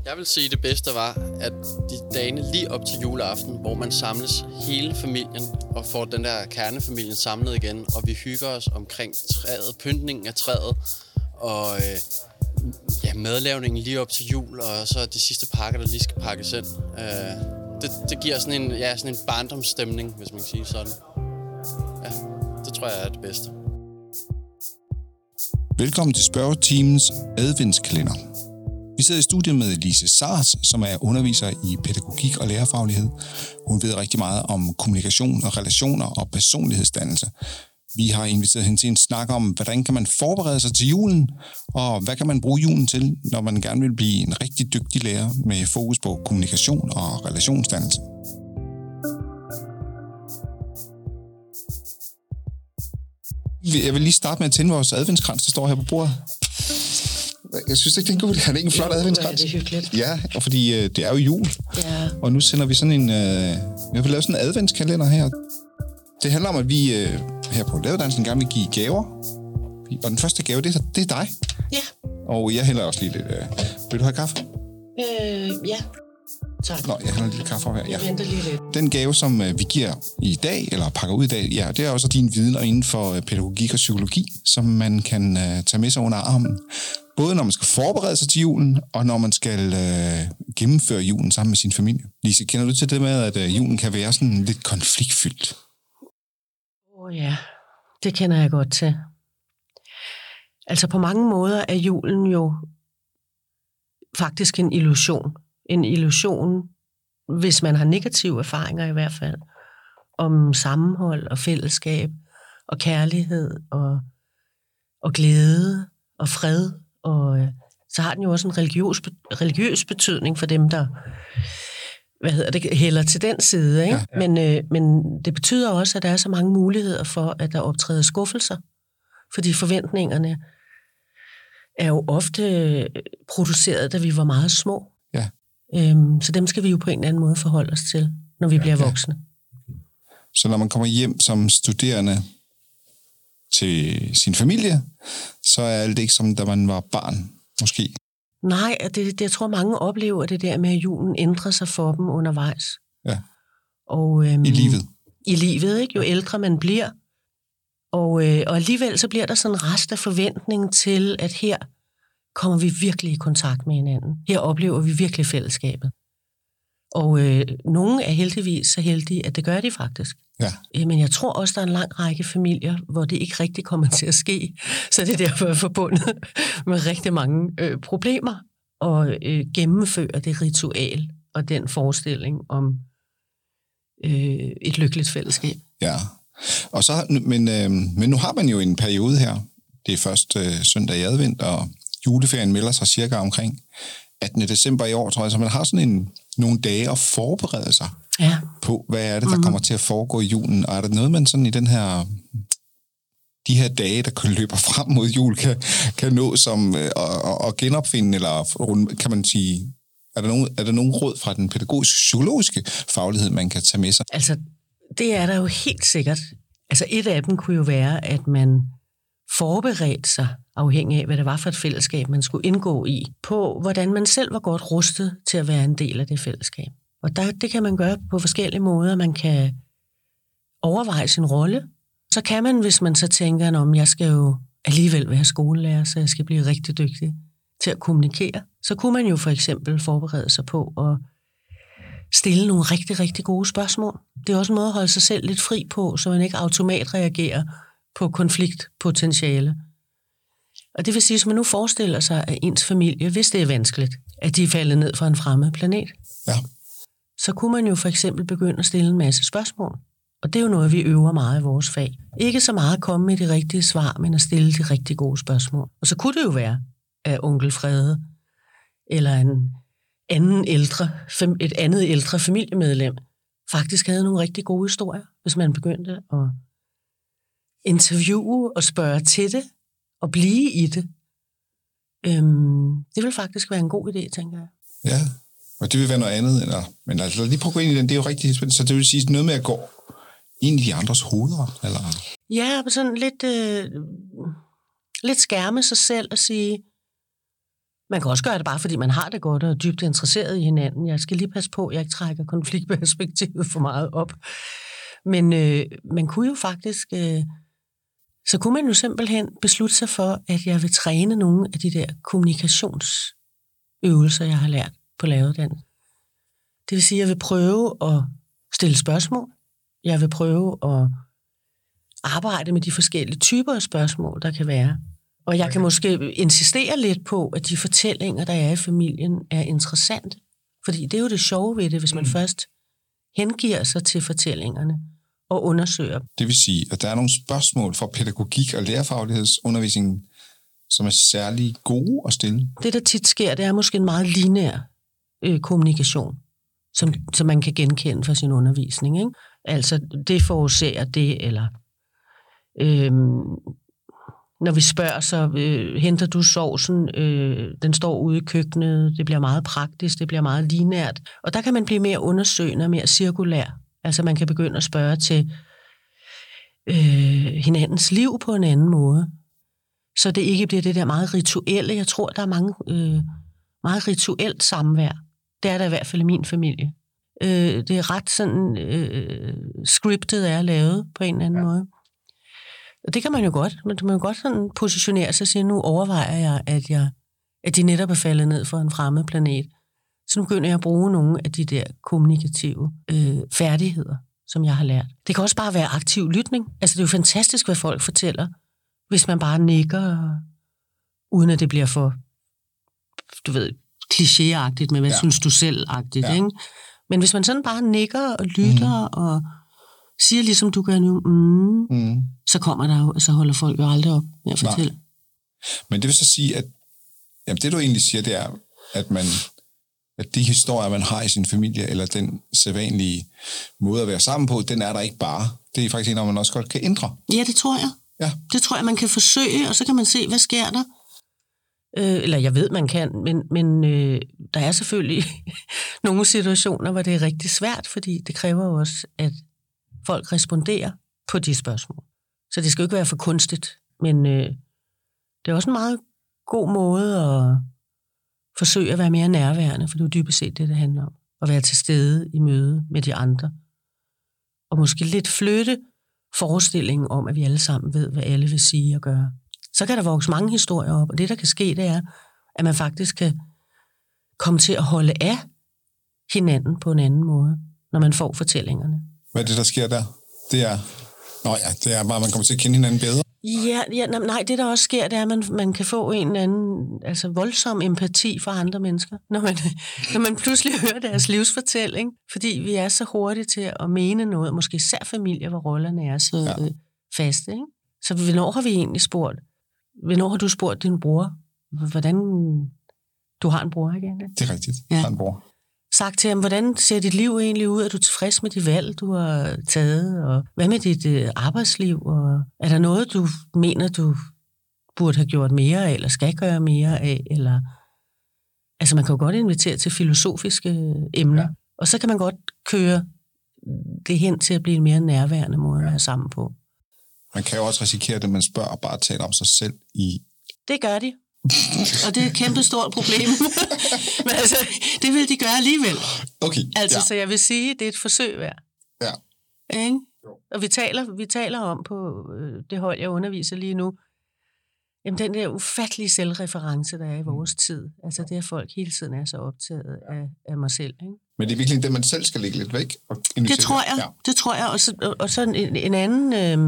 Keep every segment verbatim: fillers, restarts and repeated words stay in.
Jeg vil sige, at det bedste var, at de dagene lige op til juleaften, hvor man samles hele familien og får den der kernefamilien samlet igen, og vi hygger os omkring træet, pyntningen af træet, og øh, ja, madlavningen lige op til jul, og så de sidste pakker, der lige skal pakkes ind. Øh, det, det giver sådan en, ja, sådan en barndomsstemning, hvis man kan sige sådan. Ja, det tror jeg er det bedste. Velkommen til spørgetimens adventskalender. Vi sidder i studiet med Lise Sars, som er underviser i pædagogik og lærerfaglighed. Hun ved rigtig meget om kommunikation og relationer og personlighedsdannelse. Vi har inviteret hende til en snak om, hvordan kan man forberede sig til julen, og hvad kan man bruge julen til, når man gerne vil blive en rigtig dygtig lærer med fokus på kommunikation og relationsdannelse. Jeg vil lige starte med at tænde vores adventskrans, der står her på bordet. Jeg synes ikke, det er en god idé. Er det ikke en flot adventskrans? Ja, det er hyggeligt. Ja, og fordi øh, det er jo jul. Ja. Og nu sender vi sådan en... Øh, vi har lavet sådan en adventskalender her. Det handler om, at vi øh, her på Læreruddannelsen gerne vil give gaver. Og den første gave, det er, det er dig. Ja. Og jeg hælder også lige lidt... Øh, vil du have kaffe? Øh, ja. Tak. Nå, jeg hælder lidt kaffe op her. Ja. Jeg venter lige lidt. Den gave, som øh, vi giver i dag, eller pakker ud i dag, ja, det er også din viden inden for øh, pædagogik og psykologi, som man kan øh, tage med sig under armen. Både når man skal forberede sig til julen, og når man skal øh, gennemføre julen sammen med sin familie. Lise, kender du til det med, at øh, julen kan være sådan lidt konfliktfyldt? Åh oh, ja, det kender jeg godt til. Altså på mange måder er julen jo faktisk en illusion. En illusion, hvis man har negative erfaringer i hvert fald, om sammenhold og fællesskab og kærlighed og, og glæde og fred. Og øh, så har den jo også en religiøs, religiøs betydning for dem, der hvad hedder det, hælder til den side. Ikke? Ja, ja. Men, øh, men det betyder også, at der er så mange muligheder for, at der optræder skuffelser. Fordi forventningerne er jo ofte produceret, da vi var meget små. Ja. Øhm, så dem skal vi jo på en eller anden måde forholde os til, når vi ja, bliver voksne. Ja. Så når man kommer hjem som studerende til sin familie, så er alt ikke som da man var barn, måske? Nej, det, det, jeg tror mange oplever det der med, at julen ændrer sig for dem undervejs. Ja. Og, øhm, I livet? I livet, ikke? Jo ældre man bliver. Og, øh, og alligevel så bliver der sådan en rest af forventning til, at her kommer vi virkelig i kontakt med hinanden. Her oplever vi virkelig fællesskabet. Og øh, nogle er heldigvis så heldige, at det gør de faktisk. Ja. Men jeg tror også, der er en lang række familier, hvor det ikke rigtig kommer til at ske. Så det er derfor forbundet med rigtig mange øh, problemer at øh, gennemføre det ritual og den forestilling om øh, et lykkeligt fællesskab. Ja, og så, men, øh, men nu har man jo en periode her. Det er først øh, søndag i advent, og juleferien melder sig cirka omkring attende december i år, tror jeg. Så man har sådan en, nogle dage at forberede sig ja. på, hvad er det, der mm-hmm. kommer til at foregå i julen. Og er der noget, man sådan i den her, de her dage, der løber frem mod jul, kan, kan nå som øh, at, at genopfinde, eller kan man sige, er der, nogen, er der nogen råd fra den pædagogiske, psykologiske faglighed, man kan tage med sig? Altså, det er der jo helt sikkert. Altså, et af dem kunne jo være, at man forberedte sig, afhængig af, hvad det var for et fællesskab, man skulle indgå i, på hvordan man selv var godt rustet til at være en del af det fællesskab. Og der, det kan man gøre på forskellige måder. Man kan overveje sin rolle. Så kan man, hvis man så tænker, om jeg skal jo alligevel være skolelærer, så jeg skal blive rigtig dygtig til at kommunikere, så kunne man jo for eksempel forberede sig på at stille nogle rigtig, rigtig gode spørgsmål. Det er også en måde at holde sig selv lidt fri på, så man ikke automat reagerer på konfliktpotentiale. Og det vil sige, at man nu forestiller sig, at ens familie, hvis det er vanskeligt, at de er faldet ned fra en fremmed planet, ja. så kunne man jo for eksempel begynde at stille en masse spørgsmål. Og det er jo noget, vi øver meget i vores fag. Ikke så meget at komme med de rigtige svar, men at stille de rigtig gode spørgsmål. Og så kunne det jo være, at onkel Frede eller en anden ældre, et andet ældre familiemedlem faktisk havde nogle rigtig gode historier, hvis man begyndte at interviewe og spørge til det, og blive i det. Øhm, det vil faktisk være en god idé, tænker jeg. Ja, og det vil være noget andet. Eller, men altså, lad lige prøve at gå ind i den. Det er jo rigtig spændende. Så det vil sige noget med at gå ind i de andres hoveder? Eller? Ja, sådan lidt, øh, lidt skærme sig selv og sige, Man kan også gøre det bare, fordi man har det godt og er dybt interesseret i hinanden. Jeg skal lige passe på, at jeg ikke trækker konfliktperspektivet for meget op. Men øh, man kunne jo faktisk... Øh, så kunne man jo simpelthen beslutte sig for, at jeg vil træne nogle af de der kommunikationsøvelser, jeg har lært på læreruddannelsen. Det vil sige, at jeg vil prøve at stille spørgsmål. Jeg vil prøve at arbejde med de forskellige typer af spørgsmål, der kan være. Og jeg kan måske insistere lidt på, at de fortællinger, der er i familien, er interessante. Fordi det er jo det sjove ved det, hvis man mm. først hengiver sig til fortællingerne og undersøger. Det vil sige, at der er nogle spørgsmål for pædagogik og lærerfaglighedsundervisningen, som er særlig gode at stille. Det, der tit sker, det er måske en meget lineær øh, kommunikation, som, okay. som man kan genkende fra sin undervisning. Ikke? Altså, det forårsager det, eller... Øh, Når vi spørger, så øh, henter du sovsen, øh, den står ude i køkkenet, det bliver meget praktisk, det bliver meget lineært. Og der kan man blive mere undersøgende og mere cirkulær. Altså man kan begynde at spørge til øh, hinandens liv på en anden måde. Så det ikke bliver det der meget rituelle. Jeg tror, der er mange, øh, meget rituelt samvær. Det er der i hvert fald i min familie. Øh, det er ret sådan øh, scriptet er lavet på en eller anden ja. måde. Og det kan man jo godt, men man kan godt sådan positionere sig og sige, nu overvejer jeg, at, jeg, at de netop er faldet ned for en fremmed planet. Så nu begynder jeg at bruge nogle af de der kommunikative øh, færdigheder, som jeg har lært. Det kan også bare være aktiv lytning. Altså det er jo fantastisk, hvad folk fortæller, hvis man bare nikker, uden at det bliver for, du ved, klichéagtigt, men hvad ja. synes du selv-agtigt, ja. ikke? Men hvis man sådan bare nikker og lytter mm. og siger ligesom du gør nu, mm, mm. så kommer der jo, så holder folk jo aldrig op med at fortælle. Nej. Men det vil så sige, at jamen det du egentlig siger, det er, at man at de historier, man har i sin familie, eller den sædvanlige måde at være sammen på, den er der ikke bare. Det er faktisk en, man også godt kan ændre. Ja, det tror jeg. Ja. Det tror jeg, man kan forsøge, og så kan man se, hvad sker der. Øh, eller jeg ved, man kan, men, men øh, der er selvfølgelig nogle situationer, hvor det er rigtig svært, fordi det kræver jo også, at folk responderer på de spørgsmål. Så det skal jo ikke være for kunstigt, men øh, det er også en meget god måde at forsøge at være mere nærværende, for det er jo dybest set det, det handler om. At være til stede i møde med de andre. Og måske lidt flytte forestillingen om, at vi alle sammen ved, hvad alle vil sige og gøre. Så kan der vokse mange historier op, og det, der kan ske, det er, at man faktisk kan komme til at holde af hinanden på en anden måde, når man får fortællingerne. Hvad er det, der sker der? Det er, nå ja, det er bare, at man kommer til at kende hinanden bedre. Ja, ja, nej, det der også sker, det er, at man, man kan få en eller anden altså voldsom empati for andre mennesker, når man, når man pludselig hører deres livsfortælling, fordi vi er så hurtige til at mene noget, måske især familier, hvor rollerne er så ja. øh, faste. Ikke? Så hvornår har vi egentlig spurgt? Hvornår har du spurgt din bror, hvordan du har en bror, ikke? Det er rigtigt, jeg ja. har en bror. Sagt til ham, hvordan ser dit liv egentlig ud? Er du tilfreds med de valg, du har taget? Og hvad med dit øh, arbejdsliv? Og er der noget, du mener, du burde have gjort mere af, eller skal gøre mere af? Eller... Altså, man kan jo godt invitere til filosofiske emner, ja. og så kan man godt køre det hen til at blive en mere nærværende måde at være sammen på. Man kan jo også risikere, at man spørger og bare taler om sig selv i... Det gør de. Og det er et kæmpe stort problem. Men altså, det vil de gøre alligevel. Okay, altså, ja. så jeg vil sige, det er et forsøg værd. Ja. Ikke? Og vi taler, vi taler om på øh, det hold, jeg underviser lige nu, jamen den der ufattelige selvreference, der er i vores tid. Altså det, at folk hele tiden er så optaget af, af mig selv. Ikke? Men det er virkelig det, man selv skal lægge lidt væk. Og det tror jeg. Ja. Det tror jeg. Og så, og, og så en, en anden... Øh,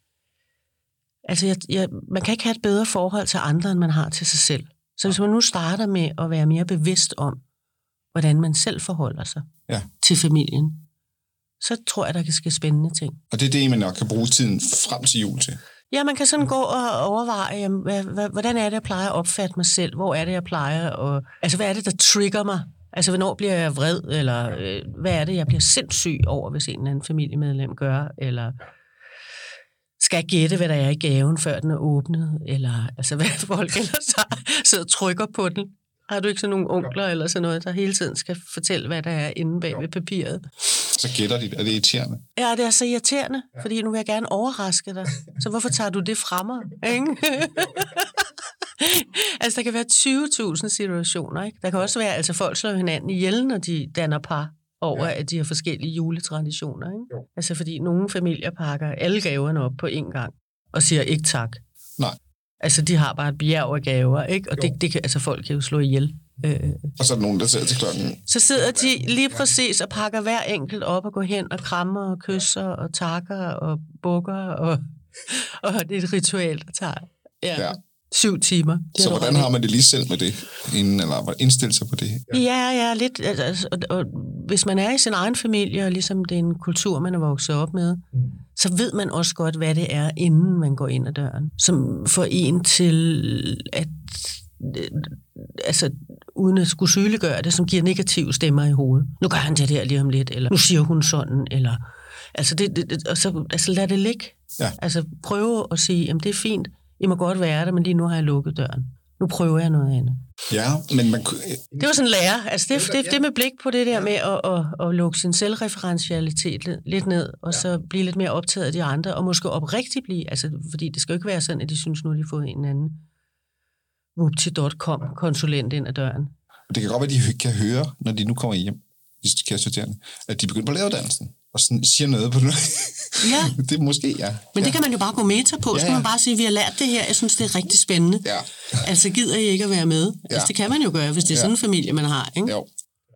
Altså, jeg, jeg, man kan ikke have et bedre forhold til andre, end man har til sig selv. Så hvis man nu starter med at være mere bevidst om, hvordan man selv forholder sig ja. til familien, så tror jeg, der kan ske spændende ting. Og det er det, man nok kan bruge tiden frem til jul til? Ja, man kan sådan gå og overveje, jamen, hvad, hvad, hvordan er det, jeg plejer at opfatte mig selv? Hvor er det, jeg plejer at... Altså, hvad er det, der trigger mig? Altså, hvornår bliver jeg vred? Eller øh, hvad er det, jeg bliver sindssyg over, hvis en eller anden familiemedlem gør? Eller... Skal jeg gætte, hvad der er i gaven, før den er åbnet? Eller altså, hvad folk ellers har, sidder og trykker på den? Har du ikke sådan nogle onkler eller sådan noget, der hele tiden skal fortælle, hvad der er inde bag ved papiret? Så gætter de. Er det irriterende? Ja, det er så irriterende, ja. fordi nu vil jeg gerne overraske dig. Så hvorfor tager du det fra mig? Ikke? Altså, der kan være tyve tusind situationer, ikke? Der kan også være, altså folk slår hinanden ihjel, når de danner par over, ja. At de har forskellige juletraditioner, ikke? Jo. Altså, fordi nogle familier pakker alle gaverne op på én gang og siger ikke tak. Nej. Altså, de har bare et bjerg af gaver, ikke? Og det, det kan, altså, folk kan jo slå ihjel. Øh. Og så er der nogen, der sidder til klokken. Så sidder de lige præcis og pakker hver enkelt op og går hen og krammer og kysser og takker og bukker, og, og det er et ritual, der tager ja, ja. syv timer. Det så hvordan har man det lige selv med det, inden, eller indstille sig på det? Ja, ja, ja lidt. Altså, og, og, hvis man er i sin egen familie, og ligesom det er en kultur, man er vokset op med, mm. så ved man også godt, hvad det er, inden man går ind ad døren. Som får en til at altså uden at skulle sygeliggøre det, som giver negative stemmer i hovedet. Nu gør han det der lige om lidt, eller nu siger hun sådan, eller altså, det, det, og så, altså lad det ligge. Ja. Altså prøve at sige, jamen det er fint, I må godt være der, men lige nu har jeg lukket døren. Nu prøver jeg noget andet. Ja, men man... Det var sådan en lærer. Altså det, det, det med blik på det der med at, at, at lukke sin selvreferentialitet lidt ned, og så blive lidt mere optaget af de andre, og måske oprigtigt blive, altså fordi det skal jo ikke være sådan, at de synes nu, de har fået en anden whoopty punktum com-konsulent ind ad døren. Det kan godt være, at de kan høre, når de nu kommer hjem, de kærestuderende, at de begynder på læreruddannelsen, og sådan siger noget på det. Ja. Det er måske, ja. Men det ja. kan man jo bare gå meta på, så ja, ja. Man bare sige, vi har lært det her, jeg synes, det er rigtig spændende. Ja. Altså, gider I ikke at være med? Ja. Altså, det kan man jo gøre, hvis det er ja. Sådan en familie, man har, ikke? Jo.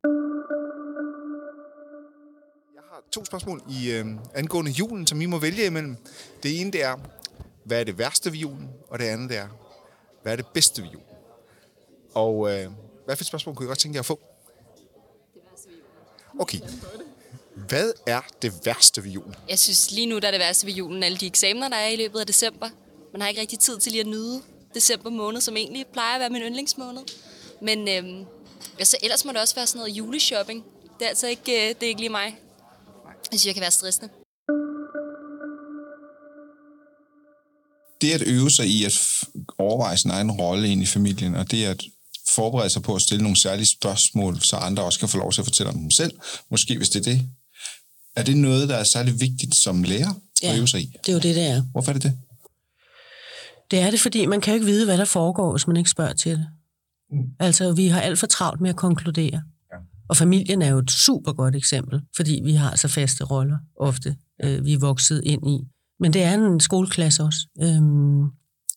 Jeg har to spørgsmål i øh, angående julen, som I må vælge imellem. Det ene, det er, hvad er det værste ved julen? Og det andet, det er, hvad er det bedste ved julen? Og øh, hvad for et spørgsmål kunne I godt tænke jer at få? Det værste ved julen. Okay. Hvad er det værste ved julen? Jeg synes lige nu, der er det værste ved julen, alle de eksamener, der er i løbet af december. Man har ikke rigtig tid til lige at nyde december måned, som egentlig plejer at være min yndlingsmåned. Men øh, altså, ellers må det også være sådan noget juleshopping. Det er altså ikke, øh, det er ikke lige mig. Jeg synes, jeg kan være stressende. Det at øve sig i at overveje sin egen rolle ind i familien, og det at forberede sig på at stille nogle særlige spørgsmål, så andre også kan få lov til at fortælle om dem selv, måske hvis det er det. Er det noget, der er særlig vigtigt som lærer ja, at øve sig i? Det er jo det, det er. Hvorfor er det det? Det er det, fordi man kan jo ikke vide, hvad der foregår, hvis man ikke spørger til det. Mm. Altså, vi har alt for travlt med at konkludere. Ja. Og familien er jo et super godt eksempel, fordi vi har så faste roller ofte, øh, vi er vokset ind i. Men det er en skoleklasse også. Øhm,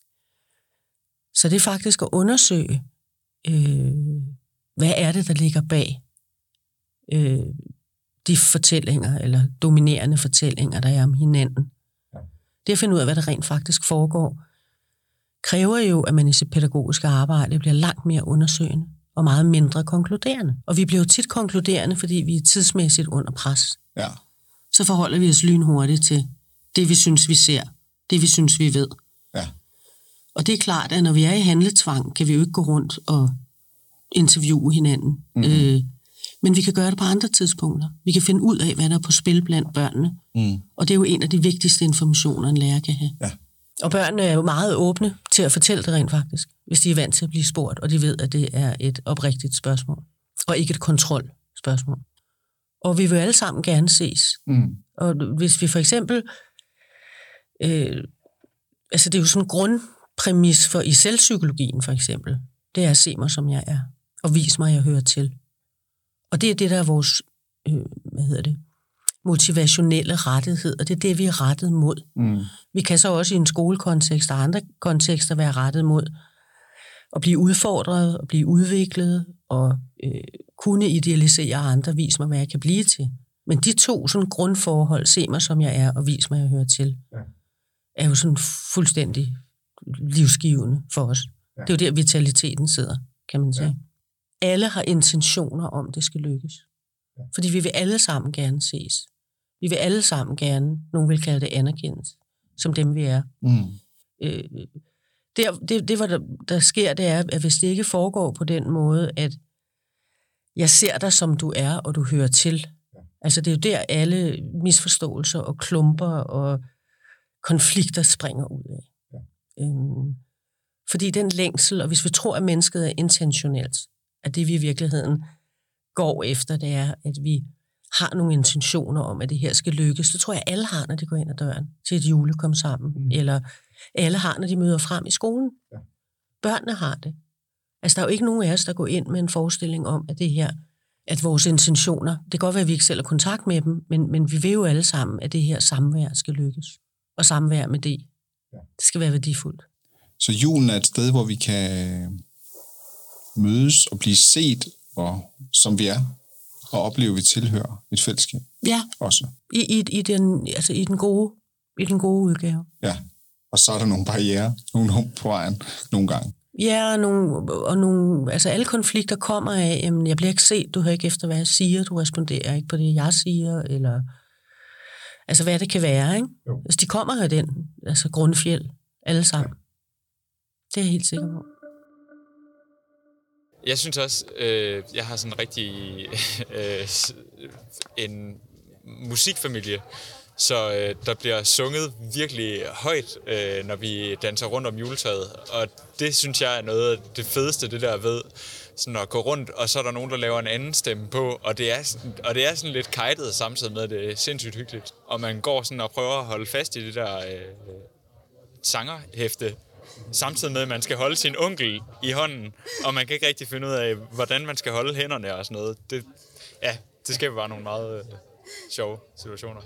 så det er faktisk at undersøge, øh, hvad er det, der ligger bag øh, de fortællinger, eller dominerende fortællinger, der er om hinanden. Ja. Det at finde ud af, hvad der rent faktisk foregår, kræver jo, at man i sit pædagogiske arbejde bliver langt mere undersøgende og meget mindre konkluderende. Og vi bliver jo tit konkluderende, fordi vi er tidsmæssigt under pres. Ja. Så forholder vi os lynhurtigt til det, vi synes, vi ser, det, vi synes, vi ved. Ja. Og det er klart, at når vi er i handletvang, kan vi jo ikke gå rundt og interviewe hinanden. Mm-hmm. Øh, men vi kan gøre det på andre tidspunkter. Vi kan finde ud af, hvad der er på spil blandt børnene. Mm. Og det er jo en af de vigtigste informationer, en lærer kan have. Ja. Og børnene er jo meget åbne til at fortælle det rent faktisk, hvis de er vant til at blive spurgt, og de ved, at det er et oprigtigt spørgsmål, og ikke et kontrolspørgsmål. Og vi vil alle sammen gerne ses. Mm. Og hvis vi for eksempel... Øh, altså det er jo sådan en grundpræmis for i selvpsykologien for eksempel. Det er at se mig, som jeg er, og vis mig, jeg hører til. Og det er det, der er vores øh, hvad hedder det, motivationelle rettighed, og det er det, vi er rettet mod. Mm. Vi kan så også i en skolekontekst og andre kontekster være rettet mod at blive udfordret, og blive udviklet, og øh, kunne idealisere andre, vis mig, hvad jeg kan blive til. Men de to sådan grundforhold, se mig, som jeg er, og vis mig, jeg hører til, ja. Er jo sådan fuldstændig livsgivende for os. Ja. Det er jo der, vitaliteten sidder, kan man sige. Ja. Alle har intentioner om, det skal lykkes. Ja. Fordi vi vil alle sammen gerne ses. Vi vil alle sammen gerne, nogen vil kalde det anerkendes, som dem vi er. Mm. Øh, det, det, det, der, der sker, det er, at hvis det ikke foregår på den måde, at jeg ser dig, som du er, og du hører til. Ja. Altså det er jo der, alle misforståelser og klumper og konflikter springer ud af. Ja. Øhm, fordi den længsel, og hvis vi tror, at mennesket er intentionelt, at det vi i virkeligheden går efter, det er, at vi har nogle intentioner om, at det her skal lykkes. Det tror jeg, alle har, når de går ind ad døren til et julekom sammen. Mm. Eller alle har, når de møder frem i skolen. Ja. Børnene har det. Altså, der er jo ikke nogen af os, der går ind med en forestilling om, at det her, at vores intentioner, det kan godt være, at vi ikke selv har kontakt med dem, men, men vi vil jo alle sammen, at det her samvær skal lykkes. Og samvær med det. Det skal være værdifuldt. Så julen er et sted, hvor vi kan mødes og blive set, og, som vi er, og opleve, at vi tilhører et fællesskab. Ja, også. I, i, i, den, altså i, den gode, i den gode udgave. Ja, og så er der nogle barrierer, nogle hum på vejen, nogle gange. Ja, og nogle, og nogle, altså alle konflikter kommer af, jamen, jeg bliver ikke set, du hører ikke efter, hvad jeg siger, du responderer ikke på det, jeg siger, eller altså hvad det kan være, ikke? Jo. Altså de kommer af den, altså grundfjeld, alle sammen. Det er jeg helt sikker på. Jeg synes også, øh, jeg har sådan en rigtig øh, en musikfamilie, så øh, der bliver sunget virkelig højt, øh, når vi danser rundt om juletræet. Og det synes jeg er noget af det fedeste, det der ved sådan at gå rundt, og så er der nogen, der laver en anden stemme på, og det er, og det er sådan lidt kajtet samtidig med, at det er sindssygt hyggeligt. Og man går sådan og prøver at holde fast i det der øh, sangerhæfte, samtidig med, at man skal holde sin onkel i hånden, og man kan ikke rigtig finde ud af, hvordan man skal holde hænderne og sådan noget. Det, ja, det skaber bare nogle meget øh, sjove situationer.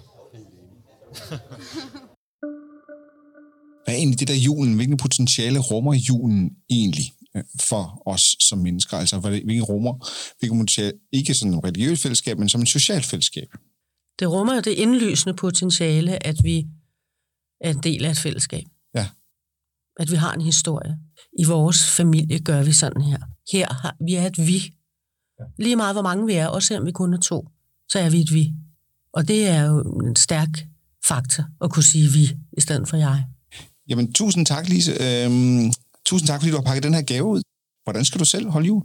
Hvad er egentlig det der julen? Hvilke potentiale rummer julen egentlig for os som mennesker? Altså, hvilke rummer, hvilke potentiale, ikke sådan et religiøst fællesskab, men som et socialt fællesskab? Det rummer det indlysende potentiale, at vi er en del af et fællesskab. Ja. At vi har en historie. I vores familie gør vi sådan her. Her har vi er et vi. Ja. Lige meget hvor mange vi er, også selvom vi kun er to, så er vi et vi. Og det er jo en stærk faktor at kunne sige vi, i stedet for jeg. Jamen, tusind tak, Lise. Øhm, tusind tak, fordi du har pakket den her gave ud. Hvordan skal du selv holde jul?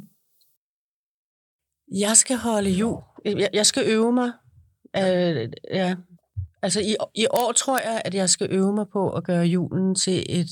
Jeg skal holde jul. Jeg, jeg skal øve mig. Øh, ja. Altså, i, i år tror jeg, at jeg skal øve mig på at gøre julen til et,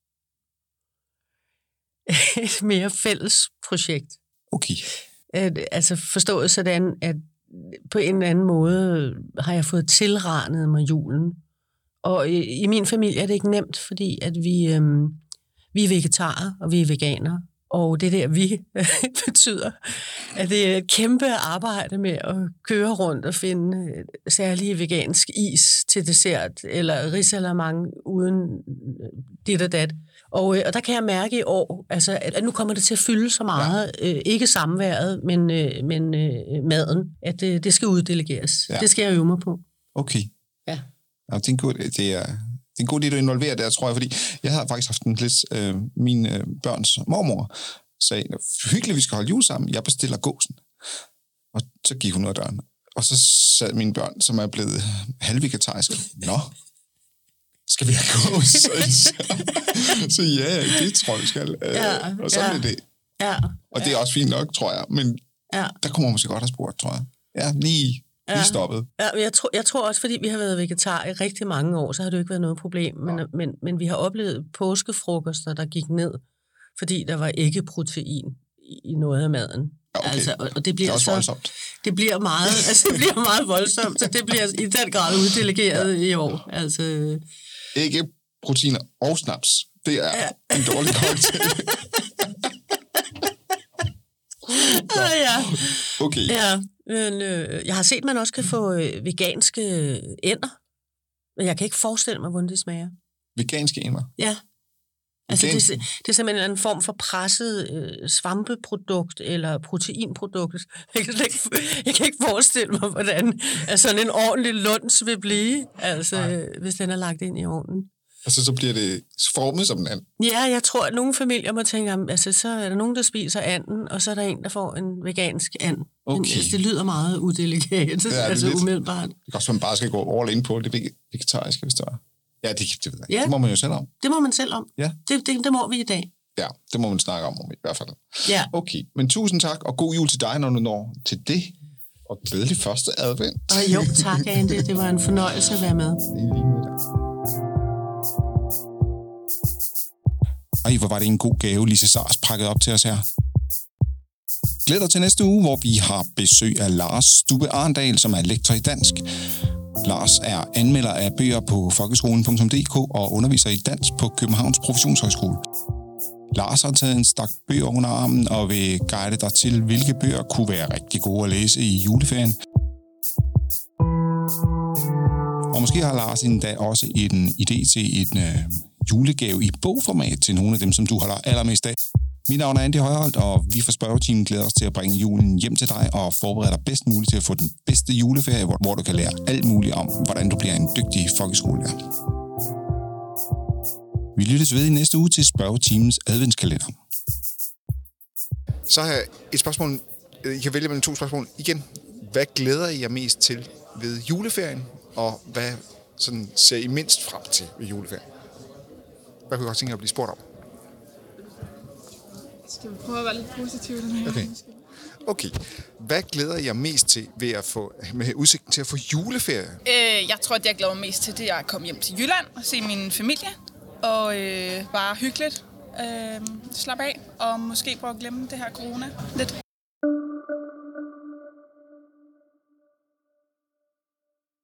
et mere fælles projekt. Okay. Øh, altså, forstået sådan, at på en eller anden måde har jeg fået tilranet mig julen. Og i, i min familie er det ikke nemt, fordi at vi, øhm, vi er vegetarer, og vi er veganere. Og det der vi betyder, at det er et kæmpe arbejde med at køre rundt og finde særlige vegansk is til dessert, eller risalamande uden dit og dat. Og, og der kan jeg mærke i år, altså, at nu kommer det til at fylde så meget, ja. øh, ikke samværet, men, øh, men øh, maden, at øh, det skal uddelegeres. Ja. Det skal jeg øve mig på. Okay. Ja. Ja, det er en god, det er, det er en god idé, du involverer der, tror jeg, fordi jeg har faktisk haft en lidt, øh, min øh, børns mormor sagde, hyggeligt, vi skal holde jul sammen, jeg bestiller gåsen. Og så gik hun ud af døren. Og så sad mine børn, som er blevet halvvegetariske, nå, skal vi have gås? Så, så ja, det tror jeg, vi skal. Ja, og sådan ja, er det. Ja, og det er også fint nok, tror jeg, men ja. Der kunne man måske godt have spurgt, tror jeg. Ja, lige... Ja. Lige stoppet. Ja, jeg, tror, jeg tror også, fordi vi har været vegetar i rigtig mange år, så har det jo ikke været noget problem. Men, ja. men, men vi har oplevet påskefrokoster, der gik ned, fordi der var ikke protein i noget af maden. Ja, okay. Altså, og, og det bliver det er også så, voldsomt. Det bliver meget, altså, det bliver meget voldsomt, så det bliver i den grad uddelegeret ja. i år. Altså, ikke proteiner og snaps. Det er ja. en dårlig cocktail. ah, ja. Okay. Ja. Men, øh, jeg har set, at man også kan få øh, veganske ænder. Men jeg kan ikke forestille mig, hvordan det smager. Veganske ænder? Ja. Altså, det, det er simpelthen en form for presset øh, svampeprodukt eller proteinprodukt. Jeg kan, ikke, jeg kan ikke forestille mig, hvordan altså, sådan en ordentlig luns vil blive, altså, øh, hvis den er lagt ind i ovnen. Altså, så bliver det formet som en and? Ja, jeg tror, at nogle familier må tænke, altså, så er der nogen, der spiser anden, og så er der en, der får en vegansk and. Okay. Men, altså, det lyder meget udelegat, ja, altså lidt, umiddelbart. Det kan også, man bare skal gå all in på det vegetariske, hvis det var. Ja, det, det ved jeg. Ja. Det må man jo selv om. Det må man selv om. Ja. Det, det, det må vi i dag. Ja, det må man snakke om i hvert fald. Ja. Okay, men tusind tak, og god jul til dig, når du når til det. Og glædelig første advent. Og jo, tak, Andy. Det var en fornøjelse at være med. Det er lige med dig. Ej, hvor var det en god gave, Lise Sars pakket op til os her. Glæd dig til næste uge, hvor vi har besøg af Lars Stubbe Arndal, som er lektor i dansk. Lars er anmelder af bøger på folkeskolen punktum d k og underviser i dansk på Københavns Professionshøjskole. Lars har taget en stak bøger under armen og vil guide dig til, hvilke bøger kunne være rigtig gode at læse i juleferien. Og måske har Lars endda også en idé til en øh, julegave i bogformat til nogle af dem, som du holder allermest af. Mit navn er Andy Højholt, og vi fra Spørgetimen glæder os til at bringe julen hjem til dig og forberede dig bedst muligt til at få den bedste juleferie, hvor, hvor du kan lære alt muligt om, hvordan du bliver en dygtig folkeskolelærer. Vi lyttes ved i næste uge til Spørgetimens adventskalender. Så har jeg et spørgsmål. I kan vælge mellem to spørgsmål. Igen, hvad glæder I jer mest til ved juleferien, og hvad sådan ser I mindst frem til ved juleferien? Hvad kunne I godt tænke jer at blive spurgt om? Skal vi prøve at være lidt positive den her? Okay. Okay. Hvad glæder I jer mest til ved at få, med udsigten til at få juleferie? Øh, jeg tror, at jeg glæder mig mest til, det er at komme hjem til Jylland og se min familie. Og øh, bare hyggeligt. Øh, slappe af og måske prøve at glemme det her corona lidt.